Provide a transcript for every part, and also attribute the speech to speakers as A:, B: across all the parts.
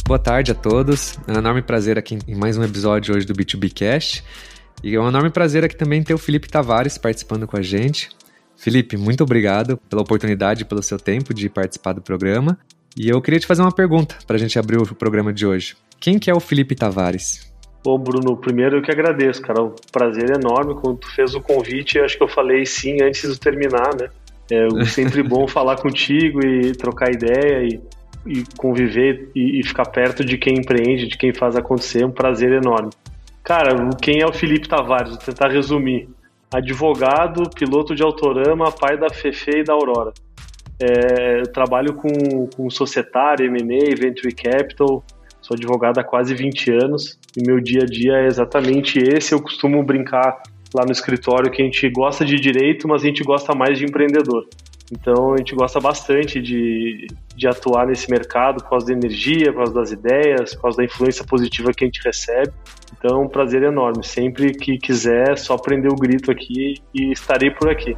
A: Boa tarde a todos. É um enorme prazer aqui em mais um episódio hoje do B2B Cast. E é um enorme prazer aqui também ter o Felipe Tavares participando com a gente. Felipe, muito obrigado pela oportunidade e pelo seu tempo de participar do programa. E eu queria te fazer uma pergunta para a gente abrir o programa de hoje. Quem que é o Felipe Tavares?
B: Bom, Bruno, primeiro eu que agradeço, cara. O prazer é enorme. Quando tu fez o convite, eu acho que eu falei sim antes de terminar, né? É sempre bom falar contigo e trocar ideia e conviver e ficar perto de quem empreende, de quem faz acontecer. É um prazer enorme. Cara, quem é o Felipe Tavares? Vou tentar resumir. Advogado, piloto de Autorama, pai da Fefe e da Aurora. Eu trabalho com societário, M&A, Venture Capital. Sou advogado há quase 20 anos e meu dia a dia é exatamente esse. Eu costumo brincar lá no escritório que a gente gosta de direito, mas a gente gosta mais de empreendedor. Então a gente gosta bastante de atuar nesse mercado por causa da energia, por causa das ideias, por causa da influência positiva que a gente recebe. Então é um prazer enorme. Sempre que quiser, é só prender o grito aqui e estarei por aqui.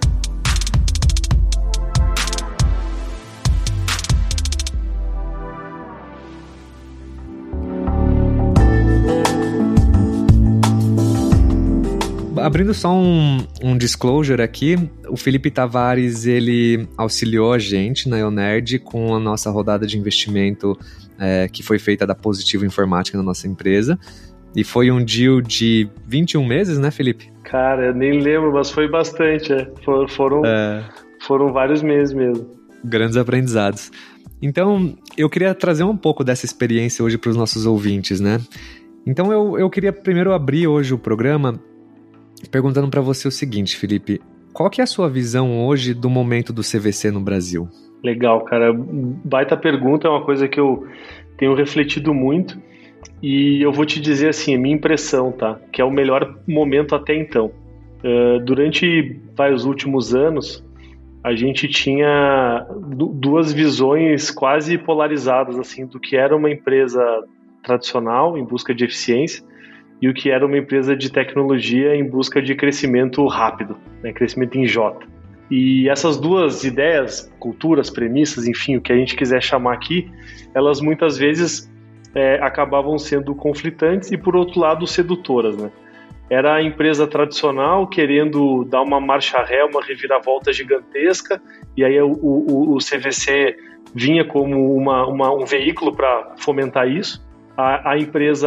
A: Abrindo só um disclosure aqui, o Felipe Tavares, ele auxiliou a gente na EONerd com a nossa rodada de investimento que foi feita da Positivo Informática na nossa empresa. E foi um deal de 21 meses, né, Felipe?
B: Cara, eu nem lembro, mas foi bastante. Foram vários meses mesmo.
A: Grandes aprendizados. Então, eu queria trazer um pouco dessa experiência hoje para os nossos ouvintes, né? Então, eu queria primeiro abrir hoje o programa perguntando para você o seguinte, Felipe, qual que é a sua visão hoje do momento do CVC no Brasil?
B: Legal, cara, baita pergunta, é uma coisa que eu tenho refletido muito e eu vou te dizer assim, a minha impressão, tá, que é o melhor momento até então. Durante os últimos anos, a gente tinha duas visões quase polarizadas, assim, do que era uma empresa tradicional em busca de eficiência e o que era uma empresa de tecnologia em busca de crescimento rápido, né? Crescimento em J. E essas duas ideias, culturas, premissas, enfim, o que a gente quiser chamar aqui, elas muitas vezes acabavam sendo conflitantes e, por outro lado, sedutoras, né? Era a empresa tradicional querendo dar uma marcha ré, uma reviravolta gigantesca, e aí o CVC vinha como um veículo para fomentar isso. A empresa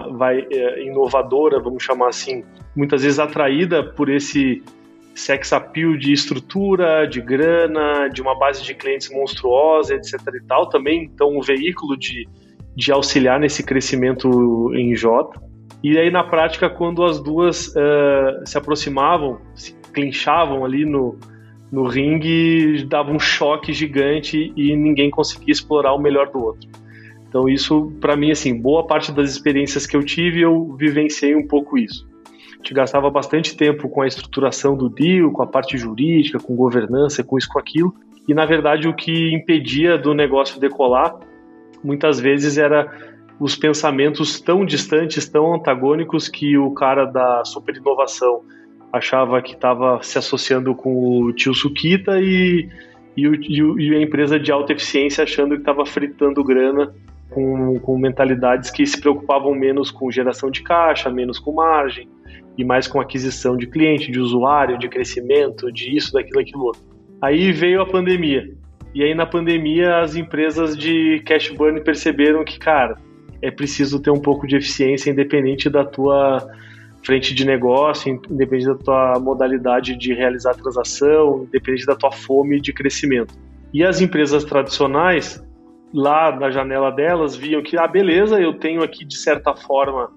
B: inovadora, vamos chamar assim, muitas vezes atraída por esse sex appeal de estrutura, de grana, de uma base de clientes monstruosa, etc. e tal, também, então, um veículo de auxiliar nesse crescimento em J. E aí, na prática, quando as duas se aproximavam, se clinchavam ali no ringue, dava um choque gigante e ninguém conseguia explorar o melhor do outro. Então isso, para mim, assim, boa parte das experiências que eu tive, eu vivenciei um pouco isso. A gente gastava bastante tempo com a estruturação do deal, com a parte jurídica, com governança, com isso, com aquilo. E, na verdade, o que impedia do negócio decolar, muitas vezes, era os pensamentos tão distantes, tão antagônicos, que o cara da super inovação achava que estava se associando com o tio Suquita e a empresa de alta eficiência achando que estava fritando grana com mentalidades que se preocupavam menos com geração de caixa, menos com margem e mais com aquisição de cliente, de usuário, de crescimento, de isso, daquilo, aquilo outro. Aí veio a pandemia. E aí na pandemia as empresas de cash burn perceberam que, cara, é preciso ter um pouco de eficiência independente da tua frente de negócio, independente da tua modalidade de realizar a transação, independente da tua fome de crescimento. E as empresas tradicionais, lá na janela delas, viam que, beleza, eu tenho aqui, de certa forma,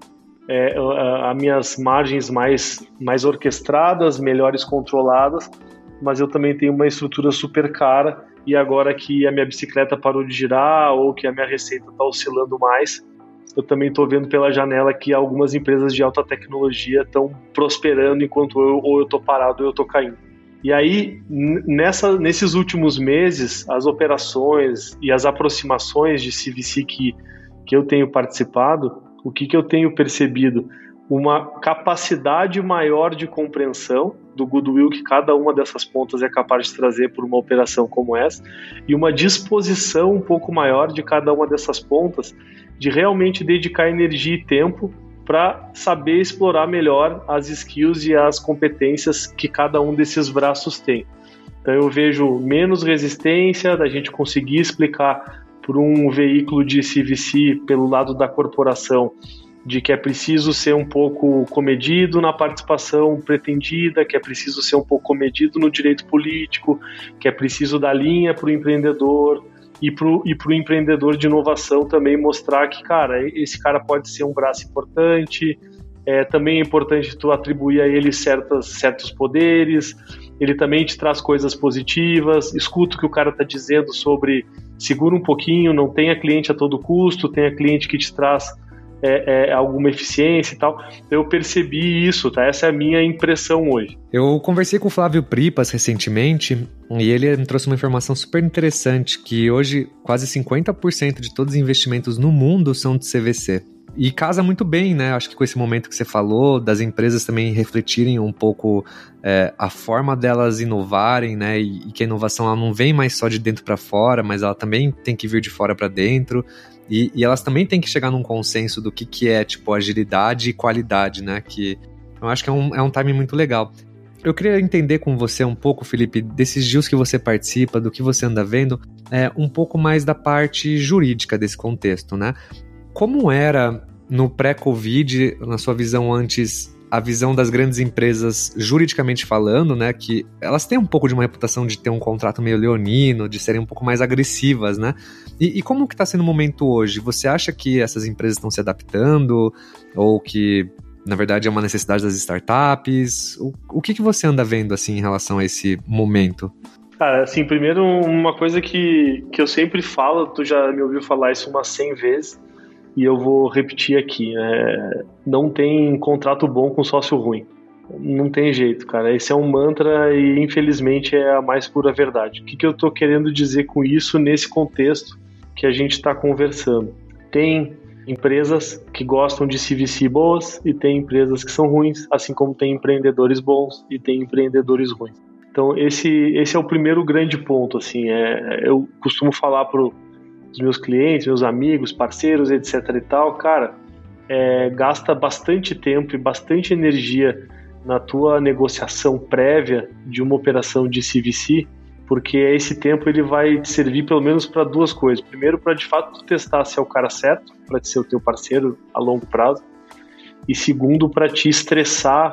B: as minhas margens mais orquestradas, melhores controladas, mas eu também tenho uma estrutura super cara e agora que a minha bicicleta parou de girar ou que a minha receita está oscilando mais, eu também estou vendo pela janela que algumas empresas de alta tecnologia estão prosperando enquanto eu estou parado ou eu estou caindo. E aí, nesses últimos meses, as operações e as aproximações de CVC que eu tenho participado, o que eu tenho percebido? Uma capacidade maior de compreensão do goodwill que cada uma dessas pontas é capaz de trazer por uma operação como essa, e uma disposição um pouco maior de cada uma dessas pontas de realmente dedicar energia e tempo para saber explorar melhor as skills e as competências que cada um desses braços tem. Então eu vejo menos resistência da gente conseguir explicar por um veículo de CVC pelo lado da corporação de que é preciso ser um pouco comedido na participação pretendida, que é preciso ser um pouco comedido no direito político, que é preciso dar linha para o empreendedor e para o empreendedor de inovação também mostrar que, cara, esse cara pode ser um braço importante, também é importante tu atribuir a ele certos poderes, ele também te traz coisas positivas, escuta o que o cara está dizendo sobre segura um pouquinho, não tenha cliente a todo custo, tenha cliente que te traz alguma eficiência e tal. Eu percebi isso, tá? Essa é a minha impressão hoje.
A: Eu conversei com o Flávio Pripas recentemente e ele me trouxe uma informação super interessante, que hoje quase 50% de todos os investimentos no mundo são de CVC. E casa muito bem, né? Acho que com esse momento que você falou, das empresas também refletirem um pouco a forma delas inovarem, né? E que a inovação ela não vem mais só de dentro para fora, mas ela também tem que vir de fora para dentro. E elas também têm que chegar num consenso do que é, tipo, agilidade e qualidade, né? Que eu acho que é um timing muito legal. Eu queria entender com você um pouco, Felipe, desses deals que você participa, do que você anda vendo, um pouco mais da parte jurídica desse contexto, né? Como era no pré-Covid, na sua visão antes, a visão das grandes empresas juridicamente falando, né, que elas têm um pouco de uma reputação de ter um contrato meio leonino, de serem um pouco mais agressivas, né? E como que está sendo o momento hoje? Você acha que essas empresas estão se adaptando ou que, na verdade, é uma necessidade das startups? O que você anda vendo, assim, em relação a esse momento?
B: Cara, assim, primeiro, uma coisa que eu sempre falo, tu já me ouviu falar isso umas 100 vezes, e eu vou repetir aqui, não tem contrato bom com sócio ruim. Não tem jeito, cara. Esse é um mantra e, infelizmente, é a mais pura verdade. O que eu tô querendo dizer com isso nesse contexto que a gente está conversando? Tem empresas que gostam de CVC boas e tem empresas que são ruins, assim como tem empreendedores bons e tem empreendedores ruins. Então, esse é o primeiro grande ponto, assim. Eu costumo falar pro os meus clientes, meus amigos, parceiros, etc e tal, cara, gasta bastante tempo e bastante energia na tua negociação prévia de uma operação de CVC, porque esse tempo ele vai te servir pelo menos para duas coisas. Primeiro, para de fato testar se é o cara certo, para ser o teu parceiro a longo prazo, e segundo, para te estressar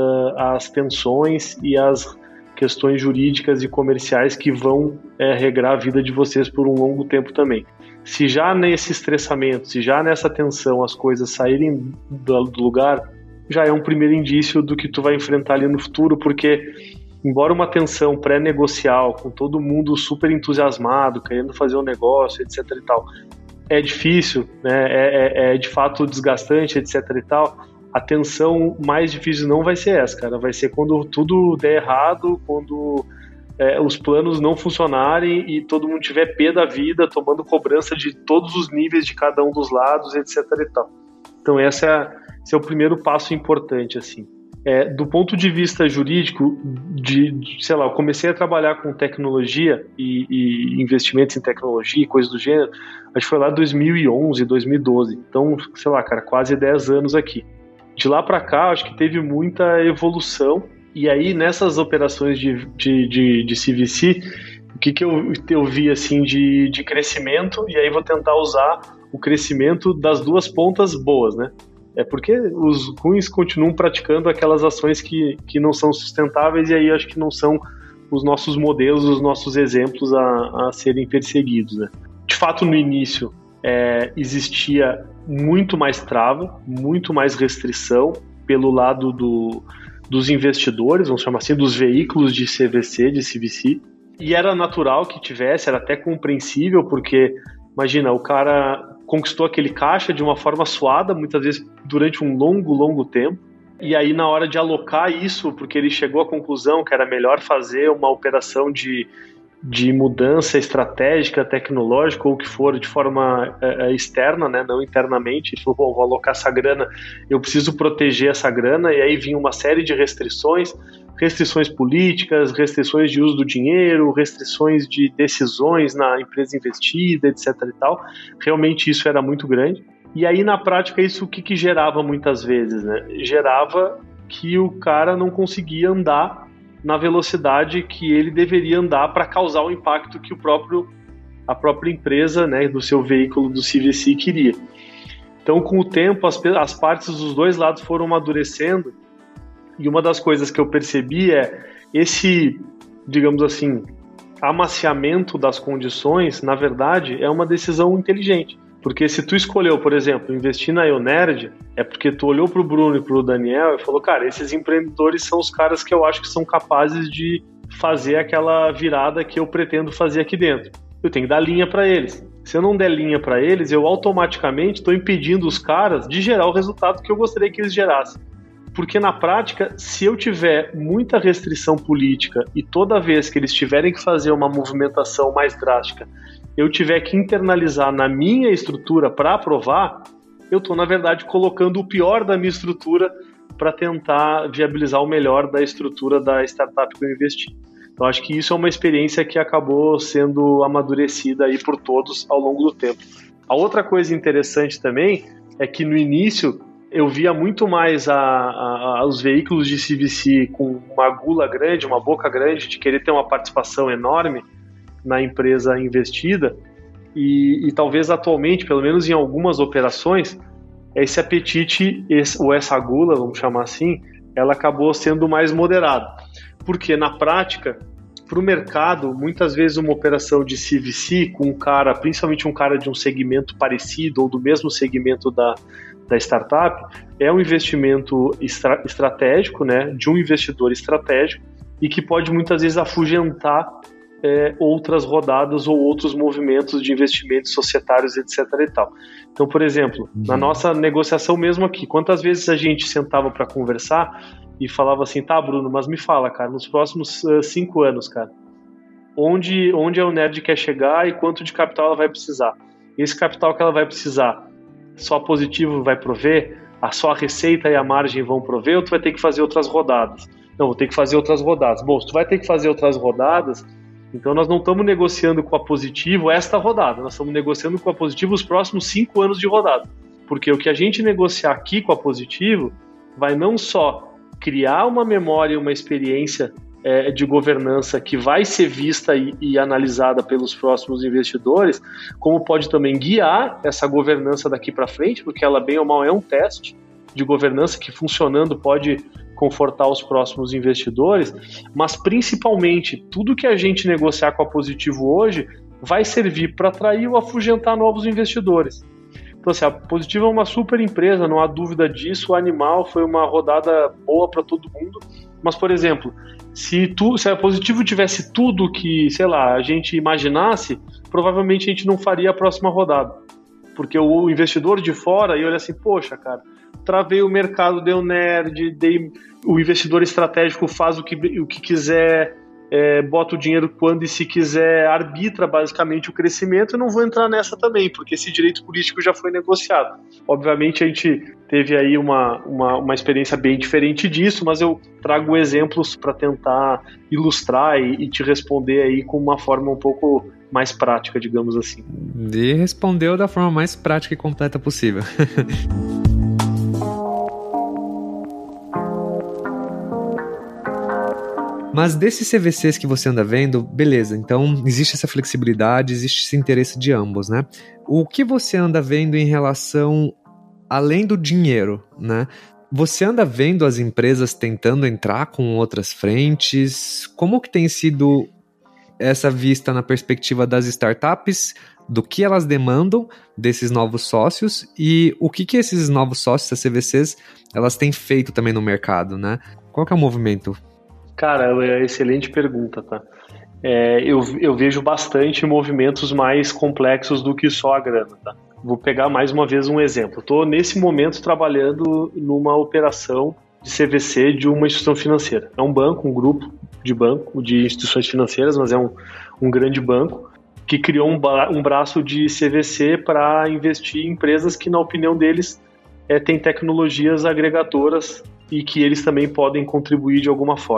B: as tensões e as questões jurídicas e comerciais que vão regrar a vida de vocês por um longo tempo também. Se já nesse estressamento, se já nessa tensão as coisas saírem do lugar, já é um primeiro indício do que tu vai enfrentar ali no futuro, porque embora uma tensão pré-negocial, com todo mundo super entusiasmado, querendo fazer um negócio, etc e tal, é difícil, né? É de fato desgastante, etc e tal, a tensão mais difícil não vai ser essa, cara. Vai ser quando tudo der errado, quando os planos não funcionarem e todo mundo tiver pé da vida, tomando cobrança de todos os níveis de cada um dos lados, etc e tal. Então esse é o primeiro passo importante, assim. Do ponto de vista jurídico, sei lá, eu comecei a trabalhar com tecnologia e investimentos em tecnologia e coisas do gênero, acho que foi lá 2011, 2012. Então, sei lá, cara, quase 10 anos aqui. De lá para cá, acho que teve muita evolução. E aí, nessas operações de CVC, o que eu vi assim, de crescimento, e aí vou tentar usar o crescimento das duas pontas boas, né? Porque os ruins continuam praticando aquelas ações que não são sustentáveis, e aí acho que não são os nossos modelos, os nossos exemplos a serem perseguidos, né? De fato, no início, existia muito mais trava, muito mais restrição pelo lado dos investidores, vamos chamar assim, dos veículos de CVC, de CVC, e era natural que tivesse, era até compreensível, porque, imagina, o cara conquistou aquele caixa de uma forma suada, muitas vezes durante um longo tempo, e aí na hora de alocar isso, porque ele chegou à conclusão que era melhor fazer uma operação de mudança estratégica, tecnológica ou o que for de forma externa, né, não internamente. Ele falou, vou alocar essa grana, eu preciso proteger essa grana, e aí vinha uma série de restrições, restrições políticas, restrições de uso do dinheiro, restrições de decisões na empresa investida, etc. e tal. Realmente isso era muito grande. E aí, na prática, isso o que gerava muitas vezes, né? Gerava que o cara não conseguia andar na velocidade que ele deveria andar para causar o impacto que a própria empresa, né, do seu veículo do CVC queria. Então, com o tempo, as partes dos dois lados foram amadurecendo, e uma das coisas que eu percebi é esse, digamos assim, amaciamento das condições, na verdade, é uma decisão inteligente. Porque se tu escolheu, por exemplo, investir na Ionerd, é porque tu olhou para o Bruno e para o Daniel e falou, cara, esses empreendedores são os caras que eu acho que são capazes de fazer aquela virada que eu pretendo fazer aqui dentro. Eu tenho que dar linha para eles. Se eu não der linha para eles, eu automaticamente estou impedindo os caras de gerar o resultado que eu gostaria que eles gerassem. Porque na prática, se eu tiver muita restrição política e toda vez que eles tiverem que fazer uma movimentação mais drástica, eu tiver que internalizar na minha estrutura para aprovar, eu estou, na verdade, colocando o pior da minha estrutura para tentar viabilizar o melhor da estrutura da startup que eu investi. Então, acho que isso é uma experiência que acabou sendo amadurecida aí por todos ao longo do tempo. A outra coisa interessante também é que no início eu via muito mais os veículos de CVC com uma gula grande, uma boca grande, de querer ter uma participação enorme na empresa investida, e talvez atualmente, pelo menos em algumas operações, esse apetite, ou essa gula, vamos chamar assim, ela acabou sendo mais moderada. Porque na prática, para o mercado, muitas vezes uma operação de CVC com um cara, principalmente um cara de um segmento parecido ou do mesmo segmento da startup, é um investimento estratégico, né, de um investidor estratégico, e que pode muitas vezes afugentar outras rodadas ou outros movimentos de investimentos societários, etc. e tal. Então, por exemplo, na nossa negociação mesmo aqui, quantas vezes a gente sentava para conversar e falava assim, tá, Bruno, mas me fala, cara, nos próximos 5 anos, cara, onde a Ionerd quer chegar e quanto de capital ela vai precisar? Esse capital que ela vai precisar, só positivo vai prover? Só a receita e a margem vão prover, ou tu vai ter que fazer outras rodadas? Não, vou ter que fazer outras rodadas. Bom, se tu vai ter que fazer outras rodadas, então nós não estamos negociando com a Positivo esta rodada, nós estamos negociando com a Positivo os próximos 5 anos de rodada. Porque o que a gente negociar aqui com a Positivo vai não só criar uma memória e uma experiência de governança que vai ser vista e analisada pelos próximos investidores, como pode também guiar essa governança daqui para frente, porque ela, bem ou mal, é um teste de governança que, funcionando, pode confortar os próximos investidores, mas principalmente tudo que a gente negociar com a Positivo hoje vai servir para atrair ou afugentar novos investidores. Então, assim, a Positivo é uma super empresa, não há dúvida disso. O Animal foi uma rodada boa para todo mundo, mas, por exemplo, se a Positivo tivesse tudo que, sei lá, a gente imaginasse, provavelmente a gente não faria a próxima rodada, porque o investidor de fora ia olhar assim, poxa, cara, travei o mercado, deu nerd, o investidor estratégico faz o que quiser, bota o dinheiro quando e se quiser, arbitra basicamente o crescimento. Eu não vou entrar nessa também, porque esse direito político já foi negociado. Obviamente a gente teve aí uma experiência bem diferente disso, mas eu trago exemplos para tentar ilustrar e te responder aí com uma forma um pouco mais prática, digamos assim.
A: E respondeu da forma mais prática e completa possível. Mas desses CVCs que você anda vendo, beleza, então existe essa flexibilidade, existe esse interesse de ambos, né? O que você anda vendo em relação, além do dinheiro, né? Você anda vendo as empresas tentando entrar com outras frentes? Como que tem sido essa vista na perspectiva das startups, do que elas demandam desses novos sócios e o que esses novos sócios, as CVCs, elas têm feito também no mercado, né? Qual que é o movimento?
B: Cara, excelente pergunta, tá? Eu vejo bastante movimentos mais complexos do que só a grana, tá? Vou pegar mais uma vez um exemplo. Estou, nesse momento, trabalhando numa operação de CVC de uma instituição financeira. É um banco, um grupo de instituições financeiras, mas é um grande banco, que criou um braço de CVC para investir em empresas que, na opinião deles, têm tecnologias agregadoras e que eles também podem contribuir de alguma forma.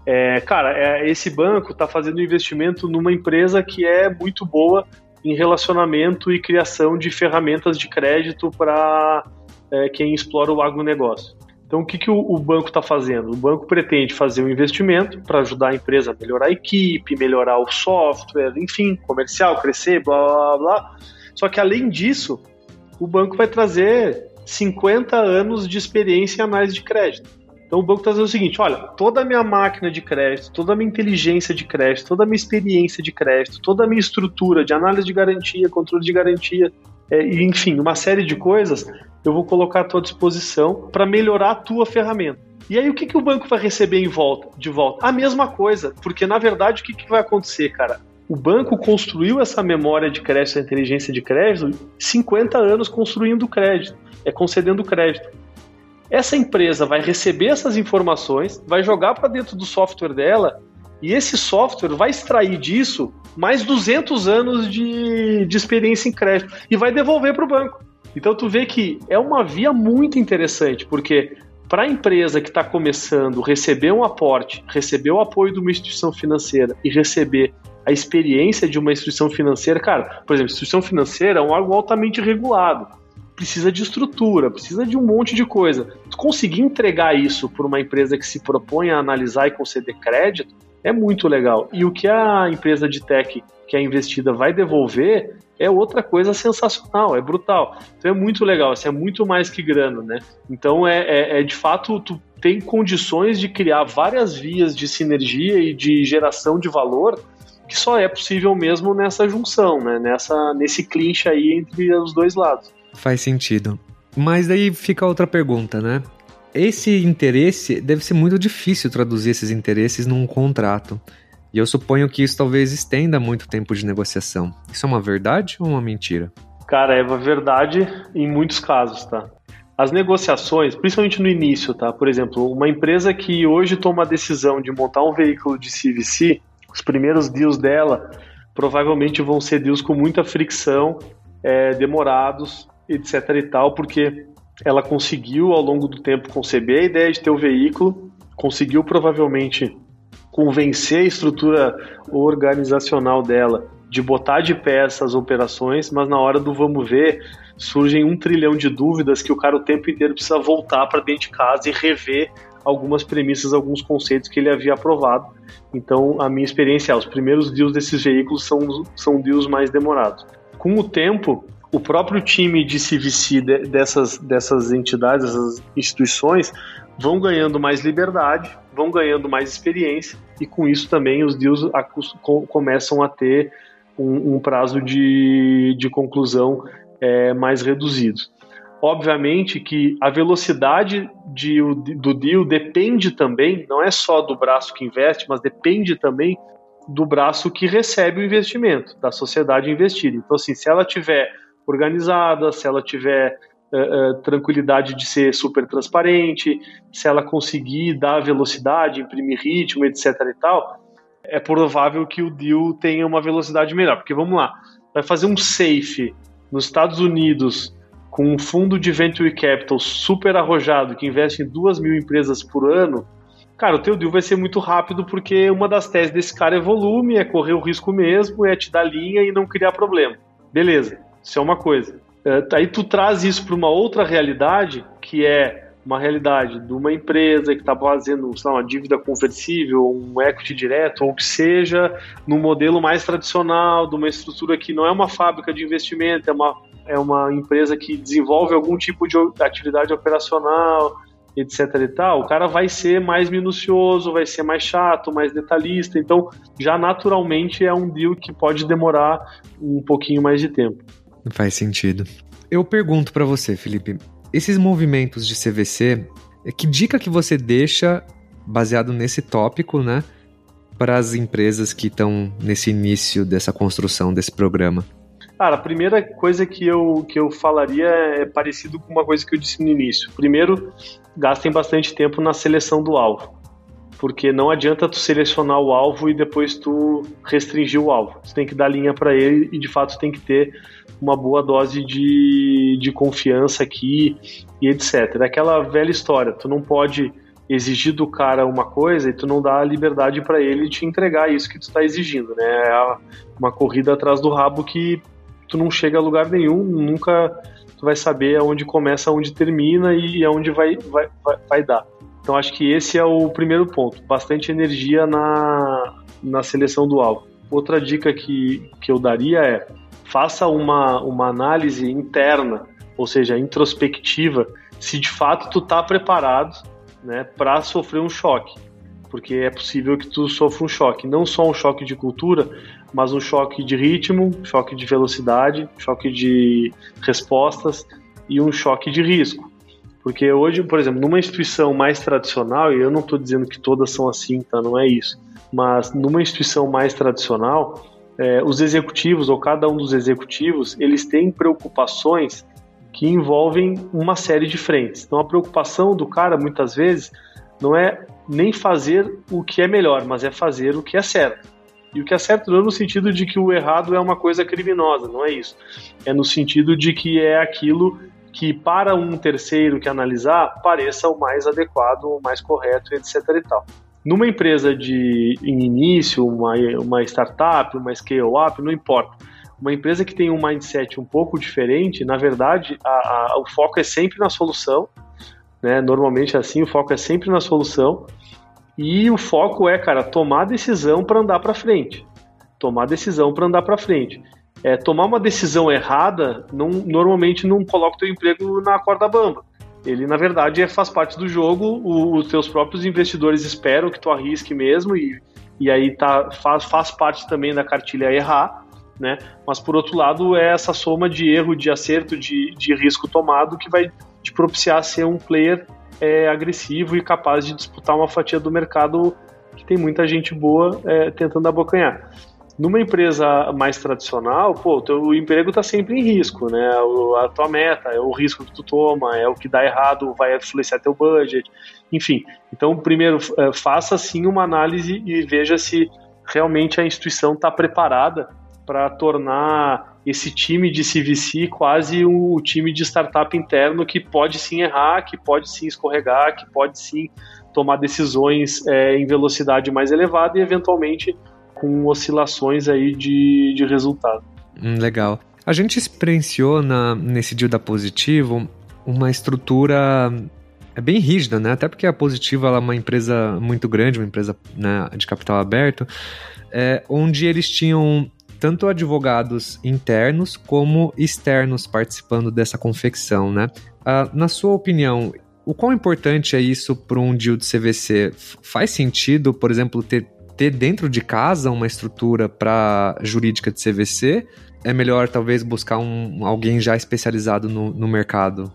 B: Esse banco está fazendo um investimento numa empresa que é muito boa em relacionamento e criação de ferramentas de crédito para quem explora o agronegócio. Então, o que o banco está fazendo? O banco pretende fazer um investimento para ajudar a empresa a melhorar a equipe, melhorar o software, enfim, comercial, crescer, blá, blá, blá. Só que, além disso, o banco vai trazer 50 anos de experiência em análise de crédito. Então, o banco está dizendo o seguinte, olha, toda a minha máquina de crédito, toda a minha inteligência de crédito, toda a minha experiência de crédito, toda a minha estrutura de análise de garantia, controle de garantia, enfim, uma série de coisas, eu vou colocar à tua disposição para melhorar a tua ferramenta. E aí, o que o banco vai receber de volta? A mesma coisa, porque, na verdade, o que vai acontecer, cara? O banco construiu essa memória de crédito, essa inteligência de crédito, 50 anos construindo crédito, concedendo crédito. Essa empresa vai receber essas informações, vai jogar para dentro do software dela, e esse software vai extrair disso mais 200 anos de experiência em crédito e vai devolver para o banco. Então tu vê que é uma via muito interessante, porque para a empresa que está começando receber um aporte, receber o apoio de uma instituição financeira e receber a experiência de uma instituição financeira, cara, por exemplo, instituição financeira é algo altamente regulado, precisa de estrutura, precisa de um monte de coisa. Tu conseguir entregar isso para uma empresa que se propõe a analisar e conceder crédito é muito legal. E o que a empresa de tech que é investida vai devolver é outra coisa sensacional, é brutal. Então é muito legal, assim, é muito mais que grana, né? Então de fato, tu tem condições de criar várias vias de sinergia e de geração de valor que só é possível mesmo nessa junção, né? Nesse clinch aí entre os dois lados.
A: Faz sentido. Mas daí fica outra pergunta, né? Esse interesse, deve ser muito difícil traduzir esses interesses num contrato. E eu suponho que isso talvez estenda muito tempo de negociação. Isso é uma verdade ou uma mentira?
B: Cara, é uma verdade em muitos casos, tá? As negociações, principalmente no início, tá? Por exemplo, uma empresa que hoje toma a decisão de montar um veículo de CVC, os primeiros deals dela provavelmente vão ser deals com muita fricção, demorados, etc e tal, porque ela conseguiu ao longo do tempo conceber a ideia de ter o veículo, conseguiu provavelmente convencer a estrutura organizacional dela de botar de pé essas operações, mas na hora do vamos ver, surgem 1 trilhão de dúvidas que o cara o tempo inteiro precisa voltar para dentro de casa e rever algumas premissas, alguns conceitos que ele havia aprovado. Então, a minha experiência os primeiros deals desses veículos são deals mais demorados. Com o tempo, o próprio time de CVC dessas entidades, dessas instituições, vão ganhando mais liberdade, vão ganhando mais experiência, e com isso também os deals começam a ter um prazo de conclusão mais reduzido. Obviamente que a velocidade do deal depende também, não é só do braço que investe, mas depende também do braço que recebe o investimento, da sociedade investida. Então, assim, se ela tiver organizada, se ela tiver tranquilidade de ser super transparente, se ela conseguir dar velocidade, imprimir ritmo, etc. e tal, é provável que o deal tenha uma velocidade melhor. Porque, vamos lá, vai fazer um safe nos Estados Unidos com um fundo de venture capital super arrojado que investe em 2.000 empresas por ano, cara, o teu deal vai ser muito rápido porque uma das teses desse cara é volume, é correr o risco mesmo, é te dar linha e não criar problema. Beleza, isso é uma coisa. Aí tu traz isso para uma outra realidade, que é uma realidade de uma empresa que está fazendo, sei lá, uma dívida conversível, um equity direto, ou o que seja, num modelo mais tradicional, de uma estrutura que não é uma fábrica de investimento, é uma empresa que desenvolve algum tipo de atividade operacional, etc e tal. O cara vai ser mais minucioso, vai ser mais chato, mais detalhista, então já naturalmente é um deal que pode demorar um pouquinho mais de tempo.
A: Faz sentido. Eu pergunto para você, Felipe, esses movimentos de CVC, que dica que você deixa, baseado nesse tópico, né, para as empresas que estão nesse início dessa construção desse programa?
B: Cara, a primeira coisa que eu falaria é parecido com uma coisa que eu disse no início. Primeiro, gastem bastante tempo na seleção do alvo, porque não adianta tu selecionar o alvo e depois tu restringir o alvo. Tu tem que dar linha para ele e, de fato, tem que ter uma boa dose de confiança aqui e etc. É aquela velha história, tu não pode exigir do cara uma coisa e tu não dá a liberdade para ele te entregar isso que tu tá exigindo, né? É uma corrida atrás do rabo que tu não chega a lugar nenhum, nunca tu vai saber aonde começa, aonde termina e aonde vai dar. Então acho que esse é o primeiro ponto, bastante energia na seleção do alvo. Outra dica que eu daria é, faça uma análise interna, ou seja, introspectiva, se de fato tu tá preparado, né, para sofrer um choque, porque é possível que tu sofra um choque, não só um choque de cultura, mas um choque de ritmo, choque de velocidade, choque de respostas e um choque de risco. Porque hoje, por exemplo, numa instituição mais tradicional, e eu não estou dizendo que todas são assim, tá? Não é isso, mas numa instituição mais tradicional, os executivos, ou cada um dos executivos, eles têm preocupações que envolvem uma série de frentes. Então a preocupação do cara, muitas vezes, não é nem fazer o que é melhor, mas é fazer o que é certo. E o que é certo não é no sentido de que o errado é uma coisa criminosa, não é isso. É no sentido de que é aquilo que para um terceiro que analisar pareça o mais adequado, o mais correto, etc. e tal. Numa empresa em início, uma startup, uma scale-up, não importa. Uma empresa que tem um mindset um pouco diferente, na verdade, o foco é sempre na solução, né? Normalmente é assim, o foco é sempre na solução, e o foco é, cara, tomar decisão para andar para frente. Tomar decisão para andar para frente. Tomar uma decisão errada, normalmente não coloca o teu emprego na corda bamba. Ele, na verdade, faz parte do jogo, os teus próprios investidores esperam que tu arrisque mesmo, e aí faz parte também da cartilha errar, né? Mas por outro lado é essa soma de erro, de acerto, de risco tomado que vai te propiciar ser um player agressivo e capaz de disputar uma fatia do mercado que tem muita gente boa tentando abocanhar. Numa empresa mais tradicional, o teu emprego está sempre em risco, né? A tua meta, é o risco que tu toma, é o que dá errado, vai influenciar teu budget, enfim. Então, primeiro, faça sim uma análise e veja se realmente a instituição está preparada para tornar esse time de CVC quase o time de startup interno que pode sim errar, que pode sim escorregar, que pode sim tomar decisões em velocidade mais elevada e eventualmente com oscilações aí de resultado.
A: Legal. A gente experienciou nesse deal da Positivo uma estrutura bem rígida, né? Até porque a Positivo ela é uma empresa muito grande, uma empresa, né, de capital aberto, onde eles tinham tanto advogados internos como externos participando dessa confecção, né? Na sua opinião, o quão importante é isso para um deal de CVC? Faz sentido, por exemplo, ter dentro de casa uma estrutura jurídica de CVC? É melhor talvez buscar alguém já especializado no mercado?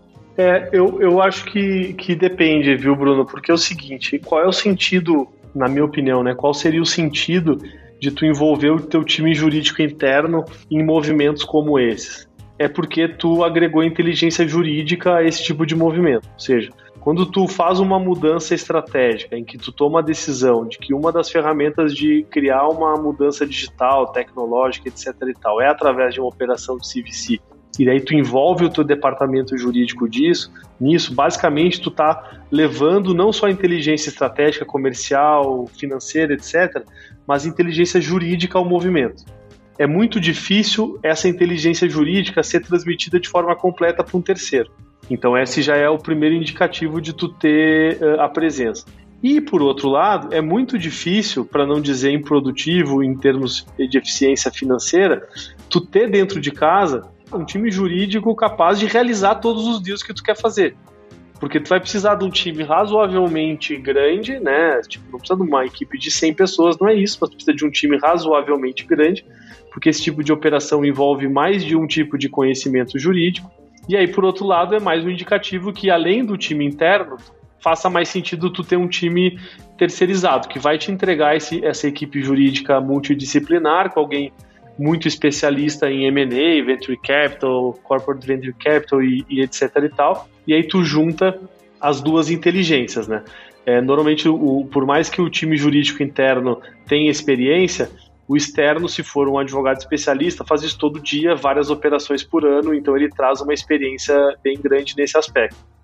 B: Eu acho que depende, viu, Bruno? Porque é o seguinte, qual é o sentido, na minha opinião, né? Qual seria o sentido de tu envolver o teu time jurídico interno em movimentos como esses? É porque tu agregou inteligência jurídica a esse tipo de movimento. Ou seja, quando tu faz uma mudança estratégica em que tu toma a decisão de que uma das ferramentas de criar uma mudança digital, tecnológica, etc. e tal, é através de uma operação de CVC, e daí tu envolve o teu departamento jurídico nisso, basicamente tu tá levando não só a inteligência estratégica, comercial, financeira, etc., mas inteligência jurídica ao movimento. É muito difícil essa inteligência jurídica ser transmitida de forma completa para um terceiro. Então esse já é o primeiro indicativo de tu ter a presença. E, por outro lado, é muito difícil, para não dizer improdutivo em termos de eficiência financeira, tu ter dentro de casa um time jurídico capaz de realizar todos os deals que tu quer fazer. Porque tu vai precisar de um time razoavelmente grande, né? Tipo, não precisa de uma equipe de 100 pessoas, não é isso, mas tu precisa de um time razoavelmente grande, porque esse tipo de operação envolve mais de um tipo de conhecimento jurídico. E aí, por outro lado, é mais um indicativo que, além do time interno, faça mais sentido tu ter um time terceirizado, que vai te entregar essa equipe jurídica multidisciplinar, com alguém muito especialista em M&A, Venture Capital, Corporate Venture Capital e etc e tal. E aí tu junta as duas inteligências, né? Normalmente, por mais que o time jurídico interno tenha experiência, o externo, se for um advogado especialista, faz isso todo dia, várias operações por ano, então ele traz uma experiência bem grande nesse aspecto.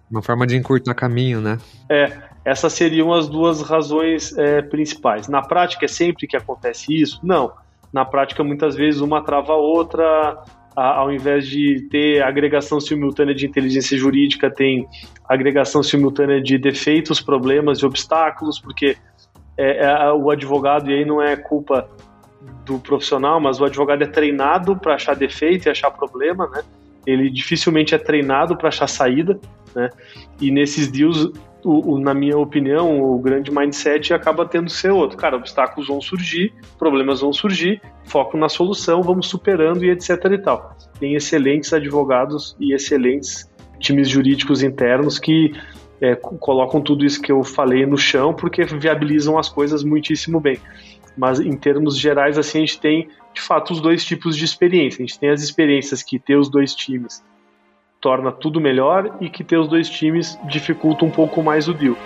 A: Uma forma de encurtar caminho, né?
B: Essas seriam as duas razões principais. Na prática, é sempre que acontece isso? Não. Na prática, muitas vezes, uma trava a outra. Ao invés de ter agregação simultânea de inteligência jurídica, tem agregação simultânea de defeitos, problemas e obstáculos, porque o advogado, e aí não é culpa do profissional, mas o advogado é treinado para achar defeito e achar problema, né? Ele dificilmente é treinado para achar saída, né? E nesses deals, na minha opinião, o grande mindset acaba tendo que ser outro. Cara, obstáculos vão surgir, problemas vão surgir, foco na solução, vamos superando e etc e tal. Tem excelentes advogados e excelentes times jurídicos internos que colocam tudo isso que eu falei no chão, porque viabilizam as coisas muitíssimo bem. Mas em termos gerais, assim, a gente tem, de fato, os dois tipos de experiência. A gente tem as experiências que ter os dois times torna tudo melhor e que ter os dois times dificulta um pouco mais o deal.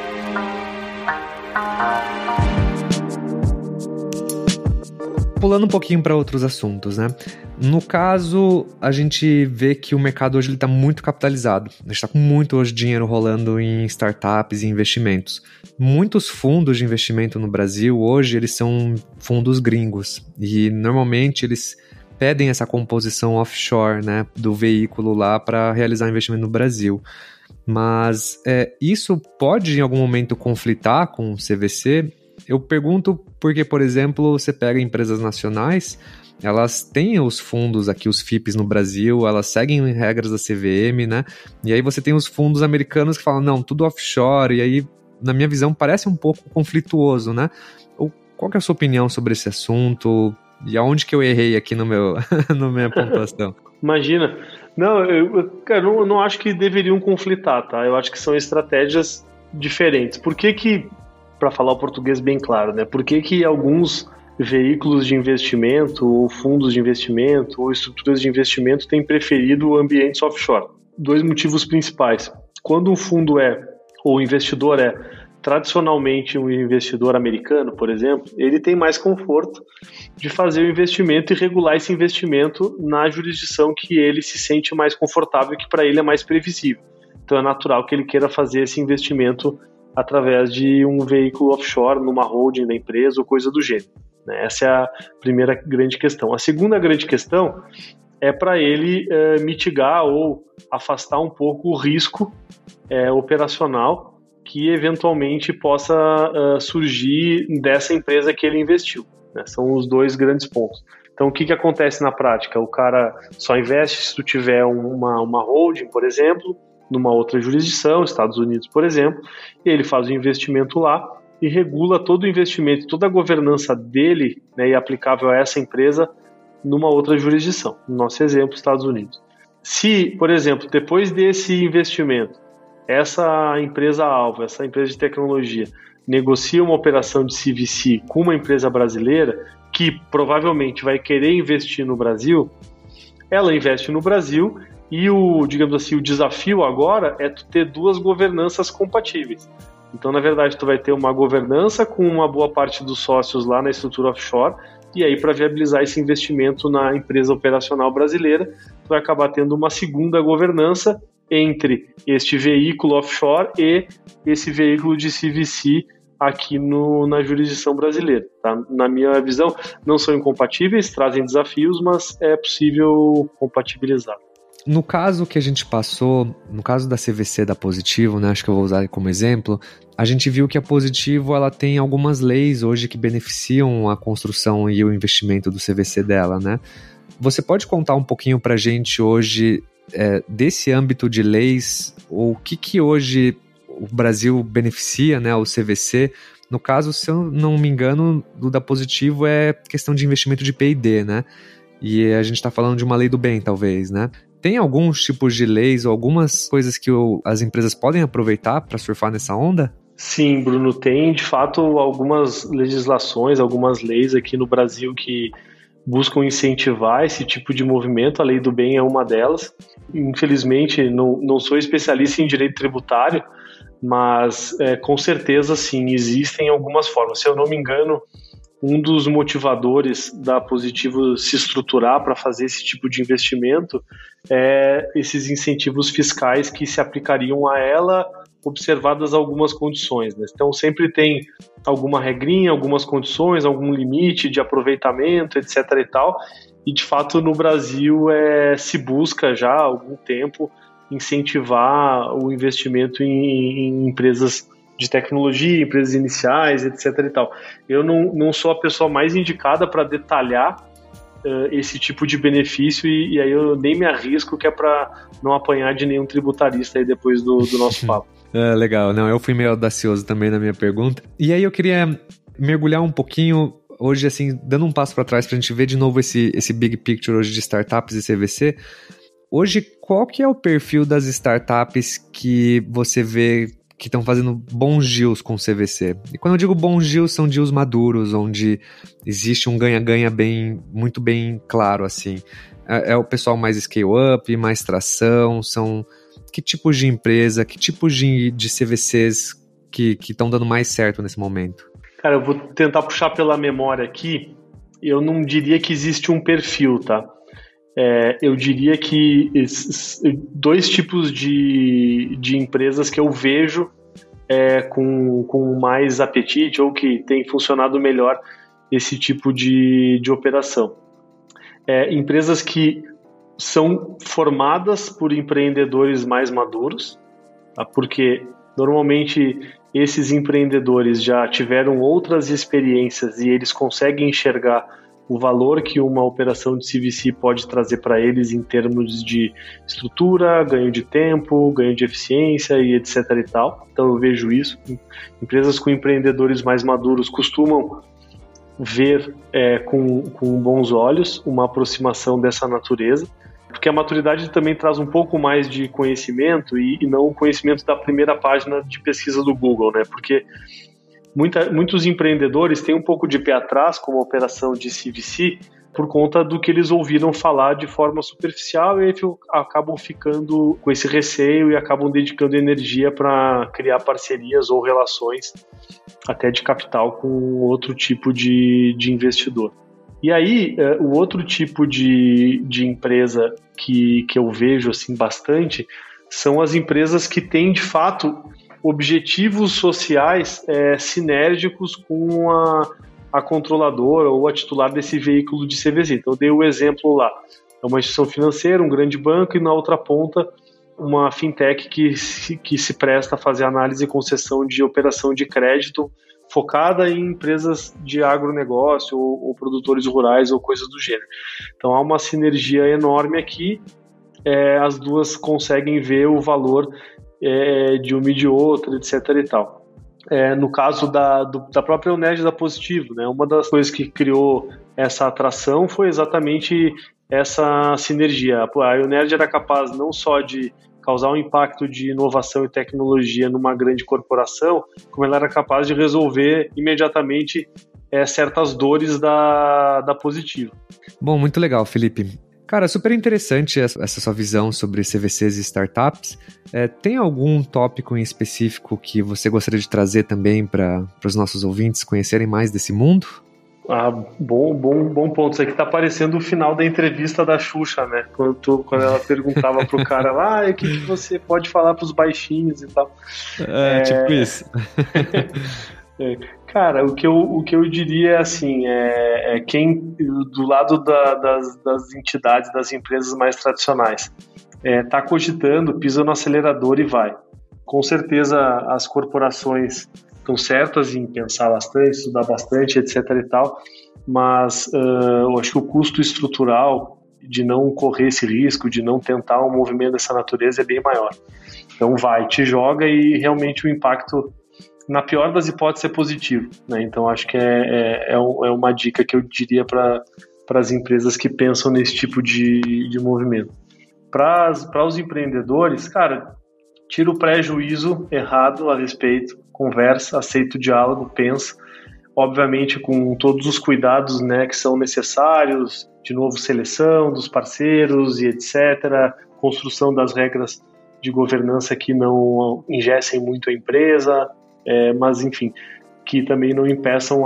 A: Pulando um pouquinho para outros assuntos, né? No caso, a gente vê que o mercado hoje está muito capitalizado. A gente está com muito hoje dinheiro rolando em startups e investimentos. Muitos fundos de investimento no Brasil hoje, eles são fundos gringos. E normalmente eles pedem essa composição offshore, né, do veículo lá para realizar investimento no Brasil. Mas isso pode em algum momento conflitar com o CVC? Eu pergunto porque, por exemplo, você pega empresas nacionais, elas têm os fundos aqui, os FIPs no Brasil, elas seguem regras da CVM, né? E aí você tem os fundos americanos que falam, não, tudo offshore, e aí, na minha visão, parece um pouco conflituoso, né? Qual que é a sua opinião sobre esse assunto? E aonde que eu errei aqui na minha pontuação?
B: Imagina. Não, eu não acho que deveriam conflitar, tá? Eu acho que são estratégias diferentes. Por que, para falar o português bem claro, né? Por que alguns veículos de investimento, ou fundos de investimento, ou estruturas de investimento têm preferido ambientes offshore? Dois motivos principais. Quando um fundo ou o investidor tradicionalmente um investidor americano, por exemplo, ele tem mais conforto de fazer o investimento e regular esse investimento na jurisdição que ele se sente mais confortável e que para ele é mais previsível. Então é natural que ele queira fazer esse investimento através de um veículo offshore, numa holding da empresa ou coisa do gênero. Essa é a primeira grande questão. A segunda grande questão é para ele mitigar ou afastar um pouco o risco operacional que eventualmente possa surgir dessa empresa que ele investiu. Né? São os dois grandes pontos. Então, o que acontece na prática? O cara só investe se tu tiver uma holding, por exemplo, numa outra jurisdição, Estados Unidos, por exemplo, e ele faz o investimento lá e regula todo o investimento, toda a governança dele, né, e aplicável a essa empresa numa outra jurisdição. No nosso exemplo, Estados Unidos. Se, por exemplo, depois desse investimento, essa empresa-alvo, essa empresa de tecnologia, negocia uma operação de CVC com uma empresa brasileira que provavelmente vai querer investir no Brasil, ela investe no Brasil e digamos assim, o desafio agora é tu ter duas governanças compatíveis. Então, na verdade, tu vai ter uma governança com uma boa parte dos sócios lá na estrutura offshore, e aí para viabilizar esse investimento na empresa operacional brasileira, tu vai acabar tendo uma segunda governança entre este veículo offshore e esse veículo de CVC aqui na jurisdição brasileira. Tá? Na minha visão, não são incompatíveis, trazem desafios, mas é possível compatibilizar.
A: No caso que a gente passou, no caso da CVC da Positivo, né, acho que eu vou usar como exemplo, a gente viu que a Positivo ela tem algumas leis hoje que beneficiam a construção e o investimento do CVC dela, né? Você pode contar um pouquinho pra gente hoje desse âmbito de leis, ou o que hoje o Brasil beneficia, né, o CVC? No caso, se eu não me engano, do da Positivo é questão de investimento de P&D, né? E a gente está falando de uma lei do bem, talvez, né? Tem alguns tipos de leis ou algumas coisas que as empresas podem aproveitar para surfar nessa onda?
B: Sim, Bruno, tem de fato algumas legislações, algumas leis aqui no Brasil que buscam incentivar esse tipo de movimento. A lei do bem é uma delas. Infelizmente, não sou especialista em direito tributário, mas com certeza sim, existem algumas formas. Se eu não me engano, um dos motivadores da Positivo se estruturar para fazer esse tipo de investimento é esses incentivos fiscais que se aplicariam a ela, observadas algumas condições, né? Então sempre tem alguma regrinha, algumas condições, algum limite de aproveitamento, etc. e tal, e de fato no Brasil se busca já há algum tempo incentivar o investimento em empresas de tecnologia, empresas iniciais, etc. e tal. Eu não sou a pessoa mais indicada para detalhar esse tipo de benefício e aí eu nem me arrisco, que é para não apanhar de nenhum tributarista aí depois do nosso papo.
A: Legal, não, eu fui meio audacioso também na minha pergunta. E aí eu queria mergulhar um pouquinho hoje, assim, dando um passo para trás para a gente ver de novo esse big picture hoje de startups e CVC. Hoje, qual que é o perfil das startups que você vê que estão fazendo bons deals com CVC? E quando eu digo bons deals, são deals maduros, onde existe um ganha-ganha muito bem claro, assim. É o pessoal mais scale-up, mais tração, são... Que tipos de empresa, que tipos de CVCs que estão dando mais certo nesse momento?
B: Cara, eu vou tentar puxar pela memória aqui. Eu não diria que existe um perfil, tá? Eu diria que dois tipos de empresas que eu vejo com mais apetite ou que tem funcionado melhor esse tipo de operação. Empresas que são formadas por empreendedores mais maduros, tá? Porque normalmente esses empreendedores já tiveram outras experiências e eles conseguem enxergar o valor que uma operação de CVC pode trazer para eles em termos de estrutura, ganho de tempo, ganho de eficiência e etc. e tal. Então eu vejo isso. Empresas com empreendedores mais maduros costumam ver com bons olhos uma aproximação dessa natureza, porque a maturidade também traz um pouco mais de conhecimento e não o conhecimento da primeira página de pesquisa do Google, né? Porque muitos empreendedores têm um pouco de pé atrás com a operação de CVC por conta do que eles ouviram falar de forma superficial e aí acabam ficando com esse receio e acabam dedicando energia para criar parcerias ou relações até de capital com outro tipo de investidor. E aí, o outro tipo de empresa que eu vejo assim, bastante são as empresas que têm, de fato, objetivos sociais sinérgicos com a controladora ou a titular desse veículo de CVC. Então, eu dei o exemplo lá. É uma instituição financeira, um grande banco, e na outra ponta, uma fintech que se presta a fazer análise e concessão de operação de crédito focada em empresas de agronegócio ou produtores rurais ou coisas do gênero. Então há uma sinergia enorme aqui, as duas conseguem ver o valor de uma e de outra, etc. e tal. No caso da própria Unerd da Positivo, né, uma das coisas que criou essa atração foi exatamente essa sinergia. A Unerd era capaz não só de causar um impacto de inovação e tecnologia numa grande corporação, como ela era capaz de resolver imediatamente certas dores da Positivo.
A: Bom, muito legal, Felipe. Cara, super interessante essa sua visão sobre CVCs e startups. Tem algum tópico em específico que você gostaria de trazer também para os nossos ouvintes conhecerem mais desse mundo?
B: Bom ponto. Isso aqui tá parecendo o final da entrevista da Xuxa, né? Quando ela perguntava pro cara lá, o que você pode falar pros baixinhos e tal.
A: Tipo isso.
B: Cara, o que eu diria é assim, quem do lado das entidades, das empresas mais tradicionais, tá cogitando, pisa no acelerador e vai. Com certeza as corporações estão certas em pensar bastante, estudar bastante, etc. e tal, mas eu acho que o custo estrutural de não correr esse risco, de não tentar um movimento dessa natureza é bem maior. Então te joga e realmente o impacto, na pior das hipóteses, é positivo, né? Então acho que é uma dica que eu diria para as empresas que pensam nesse tipo de movimento. Para os empreendedores, cara, tira o prejuízo errado a respeito, conversa, aceita o diálogo, pensa, obviamente com todos os cuidados, né, que são necessários, de novo, seleção dos parceiros e etc., construção das regras de governança que não engessem muito a empresa, mas enfim, que também não impeçam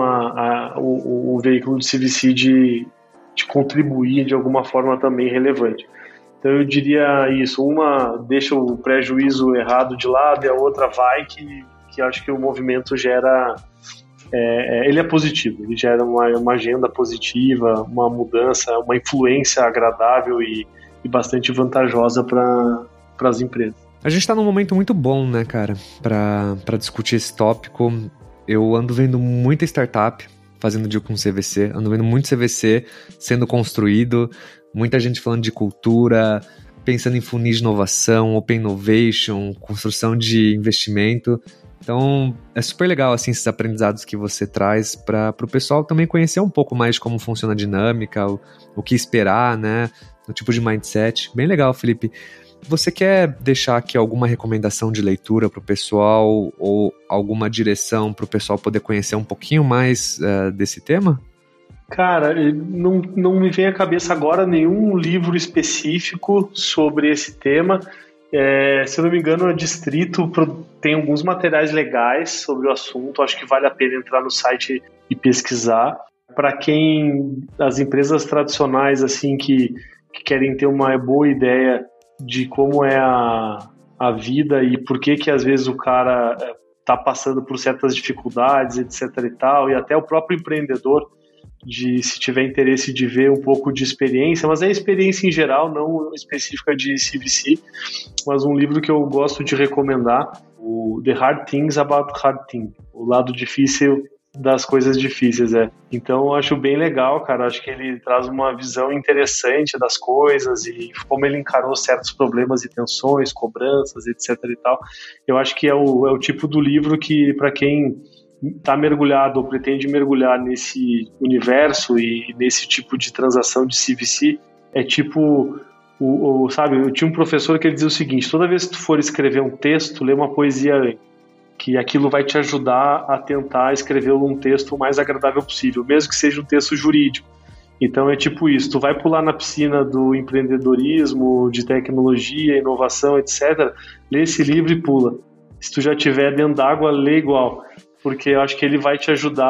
B: o veículo de CVC de contribuir de alguma forma também relevante. Então eu diria isso, uma deixa o prejuízo errado de lado e a outra vai, que acho que o movimento gera, ele é positivo, ele gera uma agenda positiva, uma mudança, uma influência agradável e bastante vantajosa para as empresas.
A: A gente está num momento muito bom, né, cara, para discutir esse tópico. Eu ando vendo muita startup fazendo deal com CVC, ando vendo muito CVC sendo construído, muita gente falando de cultura, pensando em funis de inovação, open innovation, construção de investimento. Então, é super legal, assim, esses aprendizados que você traz para o pessoal também conhecer um pouco mais de como funciona a dinâmica, o que esperar, né, o tipo de mindset. Bem legal, Felipe. Você quer deixar aqui alguma recomendação de leitura para o pessoal ou alguma direção para o pessoal poder conhecer um pouquinho mais desse tema?
B: Cara, não me vem à cabeça agora nenhum livro específico sobre esse tema. Se eu não me engano, a Distrito tem alguns materiais legais sobre o assunto. Acho que vale a pena entrar no site e pesquisar. Para quem, as empresas tradicionais assim que querem ter uma boa ideia de como é a vida e por que às vezes o cara está passando por certas dificuldades, etc e tal, e até o próprio empreendedor, se tiver interesse de ver um pouco de experiência, mas é experiência em geral, não específica de CVC, mas um livro que eu gosto de recomendar, o The Hard Things About Hard Things, o lado difícil das coisas difíceis, Então eu acho bem legal, cara, acho que ele traz uma visão interessante das coisas e como ele encarou certos problemas e tensões, cobranças, etc e tal. Eu acho que é o tipo do livro que, para quem está mergulhado ou pretende mergulhar nesse universo e nesse tipo de transação de CVC, é tipo, sabe, eu tinha um professor que ele dizia o seguinte: toda vez que tu for escrever um texto, lê uma poesia antes, que aquilo vai te ajudar a tentar escrever um texto o mais agradável possível, mesmo que seja um texto jurídico. Então é tipo isso, tu vai pular na piscina do empreendedorismo, de tecnologia, inovação, etc., lê esse livro e pula. Se tu já estiver dentro d'água, lê igual, porque eu acho que ele vai te ajudar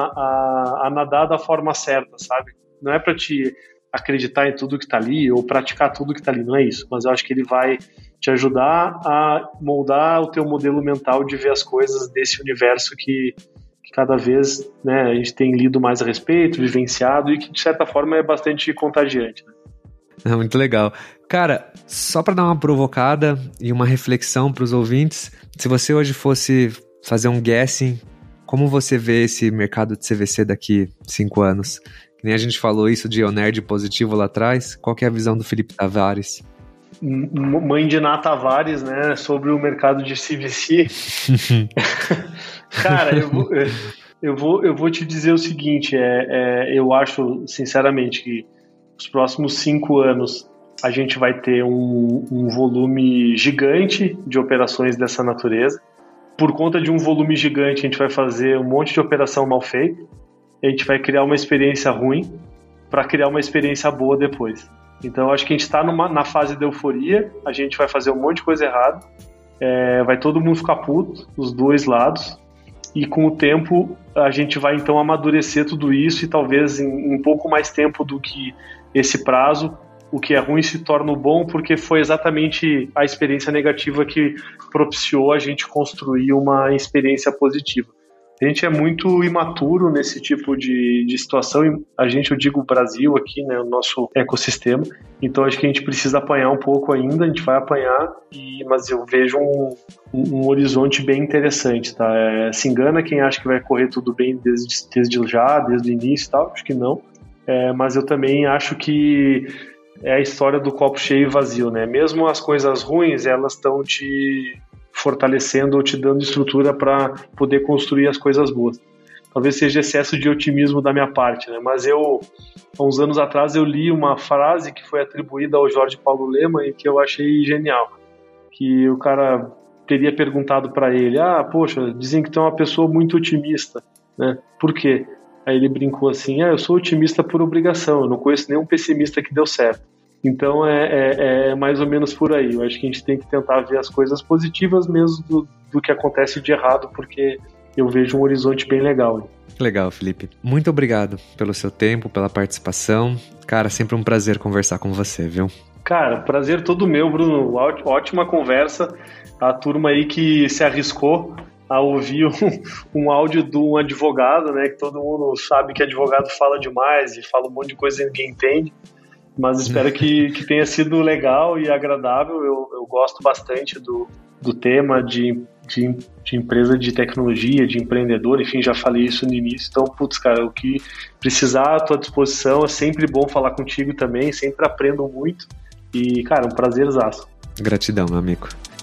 B: a nadar da forma certa, sabe? Não é para te acreditar em tudo que está ali ou praticar tudo que está ali, não é isso, mas eu acho que ele vai te ajudar a moldar o teu modelo mental de ver as coisas desse universo que cada vez, né, a gente tem lido mais a respeito, vivenciado e que de certa forma é bastante contagiante, né?
A: É muito legal. Cara, só para dar uma provocada e uma reflexão para os ouvintes, se você hoje fosse fazer um guessing, como você vê esse mercado de CVC daqui 5 anos? Que nem a gente falou isso de Nerd positivo lá atrás, qual que é a visão do Felipe Tavares?
B: Mãe de Ná Tavares, né, sobre o mercado de CVC. Cara, eu vou te dizer o seguinte, eu acho, sinceramente, que os próximos 5 anos a gente vai ter um volume gigante de operações dessa natureza. Por conta de um volume gigante, a gente vai fazer um monte de operação mal feita, a gente vai criar uma experiência ruim para criar uma experiência boa depois. Então, acho que a gente está na fase de euforia, a gente vai fazer um monte de coisa errada, vai todo mundo ficar puto, os dois lados, e com o tempo a gente vai então amadurecer tudo isso e talvez em um pouco mais tempo do que esse prazo, o que é ruim se torna o bom, porque foi exatamente a experiência negativa que propiciou a gente construir uma experiência positiva. A gente é muito imaturo nesse tipo de situação, eu digo o Brasil aqui, né, o nosso ecossistema, então acho que a gente precisa apanhar um pouco ainda, a gente vai apanhar, mas eu vejo um horizonte bem interessante, tá? Se engana quem acha que vai correr tudo bem desde o início e tal, acho que não, mas eu também acho que é a história do copo cheio e vazio, né? Mesmo as coisas ruins, elas estão te fortalecendo ou te dando estrutura para poder construir as coisas boas. Talvez seja excesso de otimismo da minha parte, né? Mas há uns anos atrás, eu li uma frase que foi atribuída ao Jorge Paulo Lemann e que eu achei genial. Que o cara teria perguntado para ele, poxa, dizem que tu é uma pessoa muito otimista, né? Por quê? Aí ele brincou assim, eu sou otimista por obrigação, eu não conheço nenhum pessimista que deu certo. Então é mais ou menos por aí. Eu acho que a gente tem que tentar ver as coisas positivas mesmo do que acontece de errado, porque eu vejo um horizonte bem legal.
A: Legal, Felipe. Muito obrigado pelo seu tempo, pela participação. Cara, sempre um prazer conversar com você, viu?
B: Cara, prazer todo meu, Bruno. Ótima conversa. A turma aí que se arriscou a ouvir um áudio de um advogado, né? Que todo mundo sabe que advogado fala demais e fala um monte de coisa que ninguém entende. Mas espero que tenha sido legal e agradável. Eu gosto bastante do tema de empresa de tecnologia, de empreendedor, enfim, já falei isso no início. Então, putz, cara, o que precisar à tua disposição, é sempre bom falar contigo também, sempre aprendo muito. E, cara, um prazerzaço.
A: Gratidão, meu amigo.